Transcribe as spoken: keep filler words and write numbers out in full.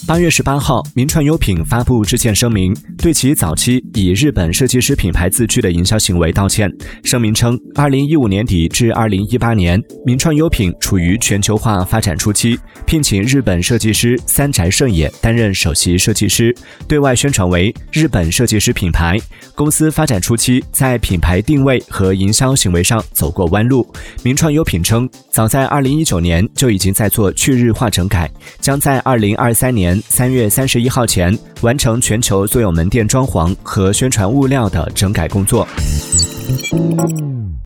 八月十八号，名创优品发布致歉声明，对其早期以日本设计师品牌自居的营销行为道歉。声明称，二零一五年底至二零一八年，名创优品处于全球化发展初期，聘请日本设计师三宅胜也担任首席设计师，对外宣传为日本设计师品牌。公司发展初期，在品牌定位和营销行为上走过弯路。名创优品称，早在二零一九年就已经在做去日化整改，将在二零二三年三月三十一号前完成全球所有门店装潢和宣传物料的整改工作。